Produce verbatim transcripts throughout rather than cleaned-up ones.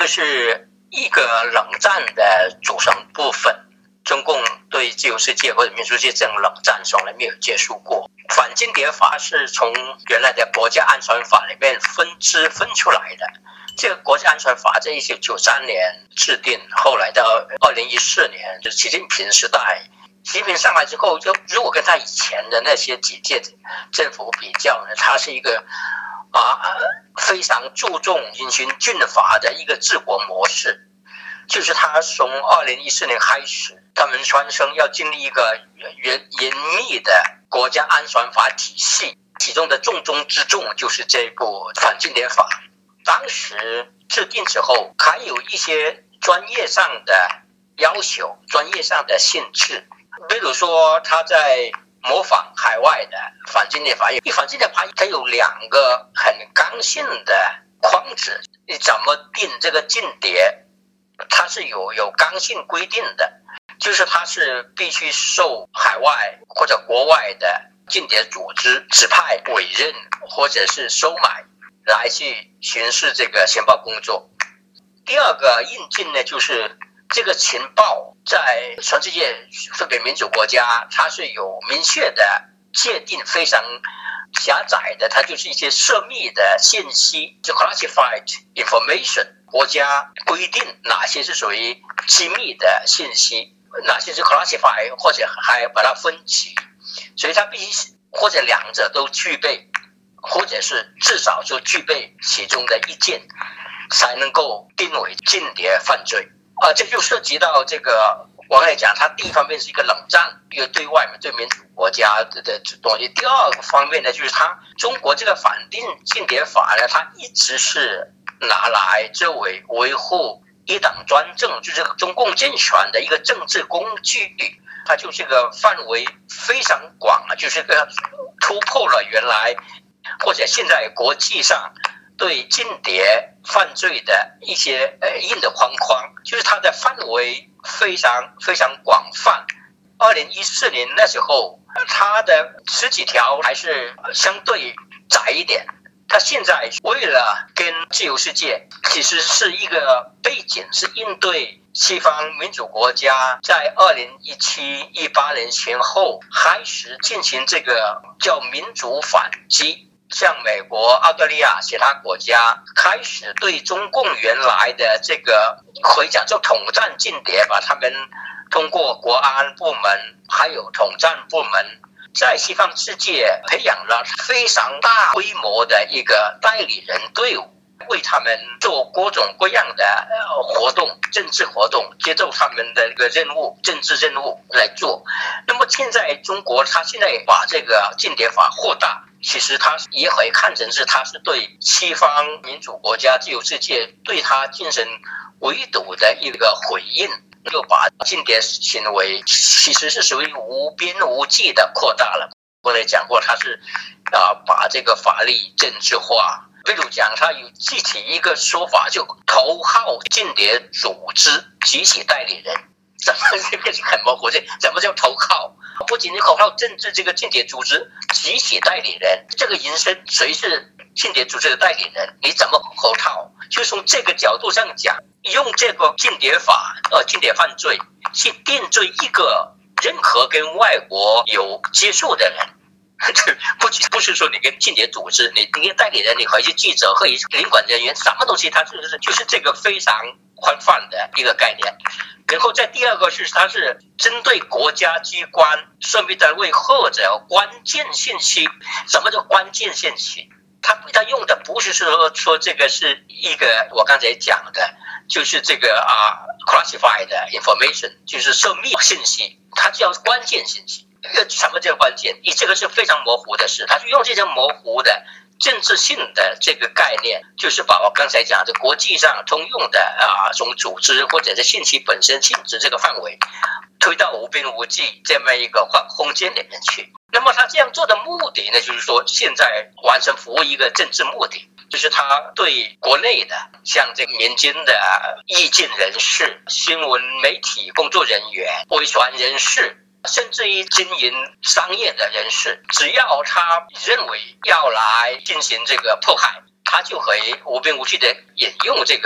个是一个冷战的组成部分。中共对自由世界或者民主世界这种冷战从来没有结束过。反间谍法是从原来的国家安全法里面分支分出来的。这个国家安全法在一九九三年制定，后来到二零一四年，就是习近平时代，习近平上来之后，就如果跟他以前的那些几届政府比较呢，他是一个啊非常注重严刑峻法的一个治国模式。就是他从二零一四年开始，他们宣称要建立一个严严密的国家安全法体系，其中的重中之重就是这部反间谍法。当时制定之后，还有一些专业上的要求、专业上的限制，比如说他在模仿海外的反间谍法，因为反间谍法它有两个很刚性的框子，你怎么定这个间谍？它是有有刚性规定的，就是它是必须受海外或者国外的间谍组织指派、委任或者是收买来去巡视这个情报工作。第二个硬性呢，就是这个情报在全世界特别民主国家，它是有明确的界定，非常狭窄的，它就是一些涉密的信息，就 classified information。国家规定哪些是属于机密的信息，哪些是 classify， 或者还把它分级，所以它必须或者两者都具备，或者是至少就具备其中的一件，才能够定为间谍犯罪。啊，这就涉及到这个，我刚才讲，它第一方面是一个冷战，一个对外对民主国家的东西。第二个方面呢，就是它中国这个反定间谍法呢，它一直是拿来作为维护一党专政，就是中共政权的一个政治工具。它就这个范围非常广啊，就是个突破了原来或者现在国际上对间谍犯罪的一些呃硬的框框，就是它的范围非常非常广泛。二零一四年那时候，它的十几条还是相对窄一点。他现在为了跟自由世界，其实是一个背景，是应对西方民主国家在二零一七、一八年前后开始进行这个叫民主反击，像美国、澳大利亚其他国家开始对中共原来的这个可以讲叫统战间谍，把他们通过国安部门还有统战部门，在西方世界培养了非常大规模的一个代理人队伍，为他们做各种各样的活动，政治活动，接受他们的一个任务，政治任务来做。那么现在中国他现在把这个间谍法扩大，其实他也可以看成是他是对西方民主国家自由世界对他进行围堵的一个回应，又把间谍行为其实是属于无边无际的扩大了。我也讲过，他是啊把这个法律政治化。比如讲，他有具体一个说法，就头号间谍组织集体代理人。怎么这个是很模糊？这怎么叫头号？不仅是头号政治这个间谍组织集体代理人，这个延伸谁是间谍组织的代理人？你怎么头号？就从这个角度上讲，用这个间谍法呃间谍犯罪去定罪一个任何跟外国有接触的人。不不是说你跟间谍组织，你你跟代理人，你可以是记者，可以是领馆人员，什么东西，它就是就是这个非常宽泛的一个概念。然后在第二个是，它是针对国家机关、设备单位或者关键信息。什么叫关键信息？它它用的不是说说这个是一个我刚才讲的，就是这个啊 classified information， 就是涉密信息，它叫关键信息。什么叫关键？这个是非常模糊的事，他就用这种模糊的政治性的这个概念，就是把我刚才讲的国际上通用的啊，从组织或者是信息本身性质这个范围，推到无边无际这么一个空间里面去。那么他这样做的目的呢，就是说现在完成服务一个政治目的，就是他对国内的像这个民间的意见人士、新闻媒体工作人员、维权人士，甚至于经营商业的人士，只要他认为要来进行这个迫害，他就可以无边无际的引用这个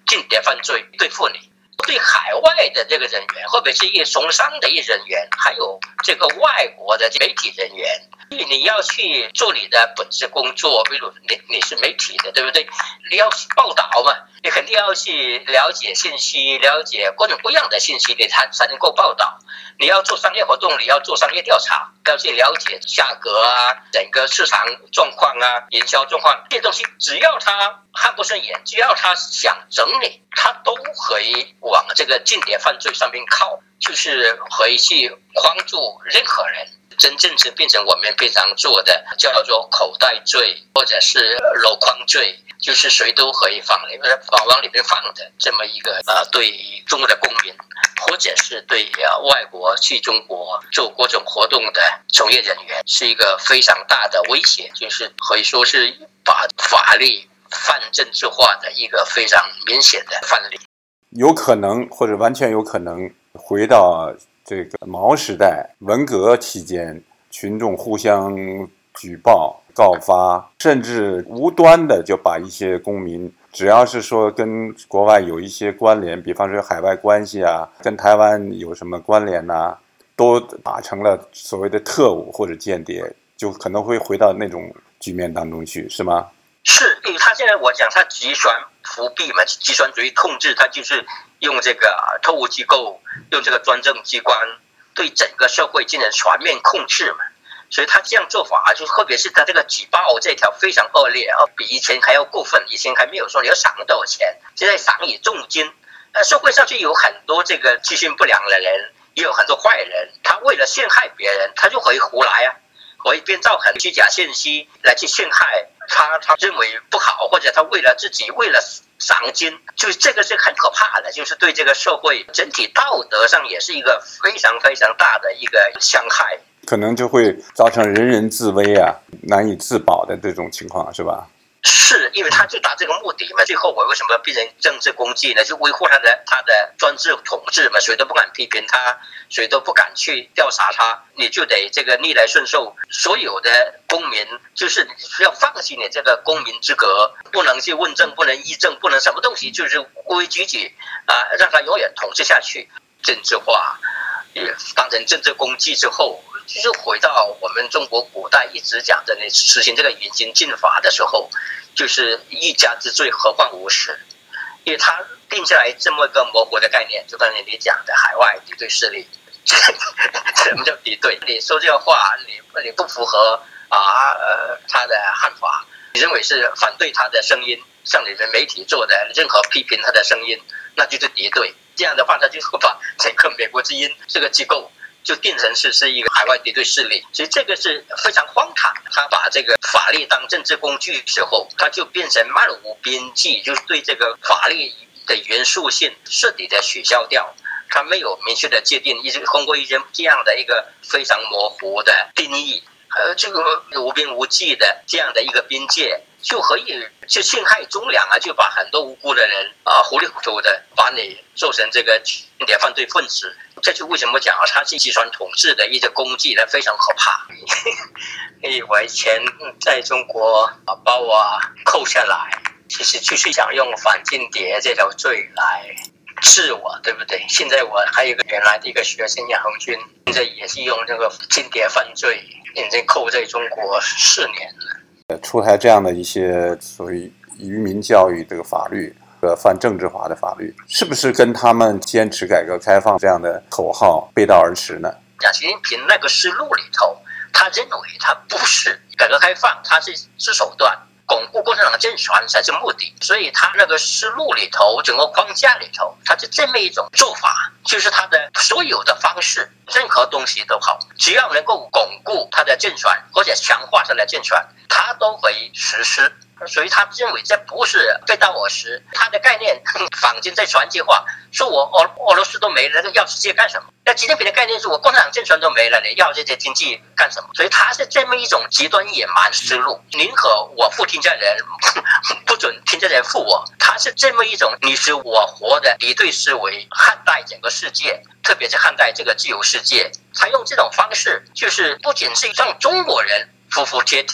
间谍犯罪对付你。对海外的这个人员，或者是一从商的一人员，还有这个外国的媒体人员，你要去做你的本职工作，比如你你是媒体的，对不对？你要报道嘛，你肯定要去了解信息，了解各种各样的信息，你才才能够报道。你要做商业活动，你要做商业调查，要去了解价格啊，整个市场状况啊，营销状况，这些东西只要他看不顺眼，只要他想整理，他都可以往这个间谍犯罪上面靠，就是可以去帮助任何人。真正是变成我们非常做的叫做口袋罪，或者是箩筐罪，就是谁都可以放里面放往里面放的这么一个呃，对中国的公民，或者是对呃外国去中国做各种活动的从业人员，是一个非常大的威胁，就是可以说是把法律泛政治化的一个非常明显的范例。 有可能或者完全有可能回到这个毛时代文革期间，群众互相举报告发，甚至无端的就把一些公民，只要是说跟国外有一些关联，比方说海外关系啊，跟台湾有什么关联啊，都打成了所谓的特务或者间谍，就可能会回到那种局面当中去，是吗？ 是，因为他现在我讲他集权复辟嘛，集权主义控制，他就是用这个特务机构，用这个专政机关对整个社会进行全面控制嘛。所以他这样做法，就特别是他这个举报这条非常恶劣，比以前还要过分。以前还没有说你要赏多少钱，现在赏以重金。呃，社会上就有很多这个居心不良的人，也有很多坏人，他为了陷害别人，他就可以胡来啊，可以编造很虚假信息来去陷害他，他认为不好，或者他为了自己为了赏金，就是这个是很可怕的，就是对这个社会整体道德上也是一个非常非常大的一个伤害， 可能就会造成人人自危啊，难以自保的这种情况，是吧？ 是，因为他就达这个目的嘛。最后我为什么变成政治工具呢？就维护他的他的专制统治嘛，谁都不敢批评他，谁都不敢去调查他，你就得这个逆来顺受。所有的公民就是要放弃你这个公民资格，不能去问政，不能议政，不能什么东西，就是规规矩矩啊，让他永远统治下去。政治化也当成政治工具之后，就是回到我们中国古代一直讲的，你实行这个严刑峻法的时候，就是一家之罪何患无辞，因为他定下来这么一个模糊的概念，就刚才你讲的海外敌对势力，什么叫敌对？你说这个话，你你不符合啊呃他的汉法，你认为是反对他的声音，像你们媒体做的任何批评他的声音，那就是敌对。这样的话，他就会把整个美国之音这个机构就定成是是一个海外敌对势力，所以这个是非常荒唐。他把这个法律当政治工具之后，他就变成漫无边际，就是对这个法律的元素性彻底的取消掉。他没有明确的界定，一直通过一些这样的一个非常模糊的定义，呃，这个无边无际的这样的一个边界，就可以就陷害忠良啊，就把很多无辜的人啊糊里糊涂的把你做成这个间谍犯罪分子。这就为什么讲啊，它是集权统治的一个工具呢，非常可怕。因为我以前在中国啊把我扣下来，其实就是想用反间谍这条罪来治我，对不对？现在我还有一个原来的一个学生杨红军，现在也是用这个间谍犯罪已经扣在中国四年了。 出台这样的一些所谓愚民教育这个法律，呃，泛政治化的法律，是不是跟他们坚持改革开放这样的口号背道而驰呢？ 讲习近平那个思路里头，他认为他不是改革开放，他是是手段，巩固共产党政权才是目的，所以他那个思路里头，整个框架里头，他是这么一种做法，就是他的所有的方式，任何东西都好，只要能够巩固他的政权或者强化他的政权，他都可以实施。所以他认为这不是背道而驰，他的概念坊间在传递话，说我俄俄罗斯都没了，要世界干什么？那习近平的概念是我共产党政权都没了，你要这些经济干什么？所以他是这么一种极端野蛮思路，宁可我负天下人，不准天下人负我。他是这么一种你死我活的敌对思维，看待整个世界，特别是看待这个自由世界。他用这种方式，就是不仅是让中国人服服帖帖，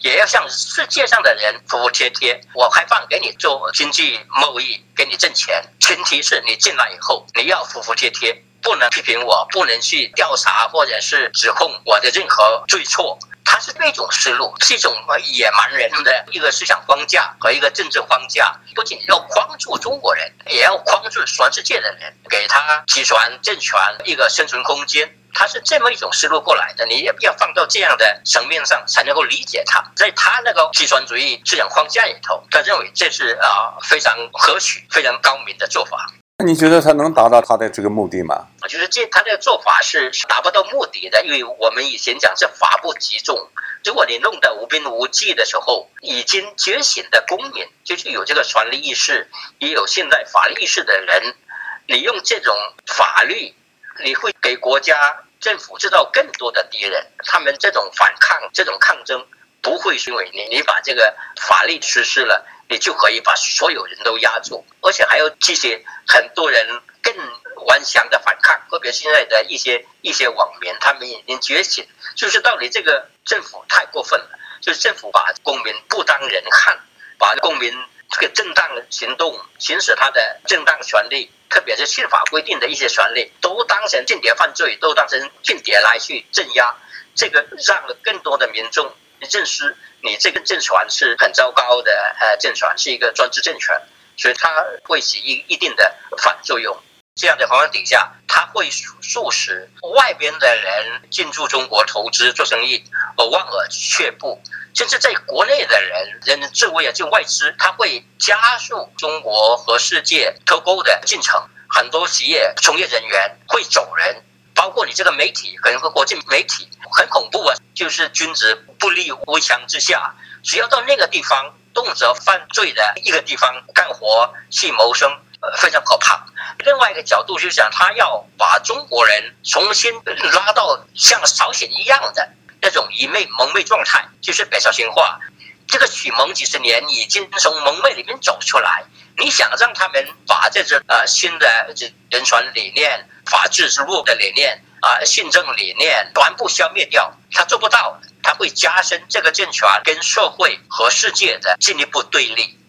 也要向世界上的人服服帖帖。我开放给你做经济贸易，给你挣钱，前提是你进来以后你要服服帖帖，不能批评我，不能去调查或者是指控我的任何罪错。它是这种思路，是一种野蛮人的一个思想框架和一个政治框架，不仅要框住中国人，也要框住全世界的人，给他集权政权一个生存空间。它是这么一种思路过来的，你也要放到这样的层面上才能够理解它。在他那个集权主义思想框架里头，他认为这是啊、呃、非常可取、非常高明的做法。 那你觉得他能达到他的这个目的吗？ 我觉得这他的做法是达不到目的的，因为我们以前讲是法不集众。如果你弄得无边无际的时候，已经觉醒的公民，就是有这个权利意识，也有现代法律意识的人，你用这种法律，你会给国家政府制造更多的敌人。他们这种反抗、这种抗争，不会是因为你你把这个法律实施了，你就可以把所有人都压住，而且还有这些很多人更顽强的反抗，特别现在的一些一些网民，他们已经觉醒，就是到底这个政府太过分了，就是政府把公民不当人看，把公民这个正当行动行使他的正当权利，特别是宪法规定的一些权利，都当成间谍犯罪，都当成间谍来去镇压，这个让更多的民众认识你这个政权是很糟糕的，呃，政权是一个专制政权，所以它会起一一定的反作用。这样的情况底下，它会促使外边的人进驻中国投资做生意，而望而却步。甚至在国内的人，人自危啊，就外资，它会加速中国和世界脱钩的进程。很多企业从业人员会走人，包括你这个媒体，可能国际媒体很恐怖啊，就是君子不立危墙之下，只要到那个地方，动辄犯罪的一个地方干活去谋生，呃，非常可怕。另外一个角度就是讲，他要把中国人重新拉到像朝鲜一样的那种愚昧蒙昧状态，就是北朝鲜化。这个启蒙几十年已经从蒙昧里面走出来，你想让他们把这种呃新的人权理念、法治之路的理念啊、呃、宪政理念全部消灭掉，他做不到，他会加深这个政权跟社会和世界的进一步对立。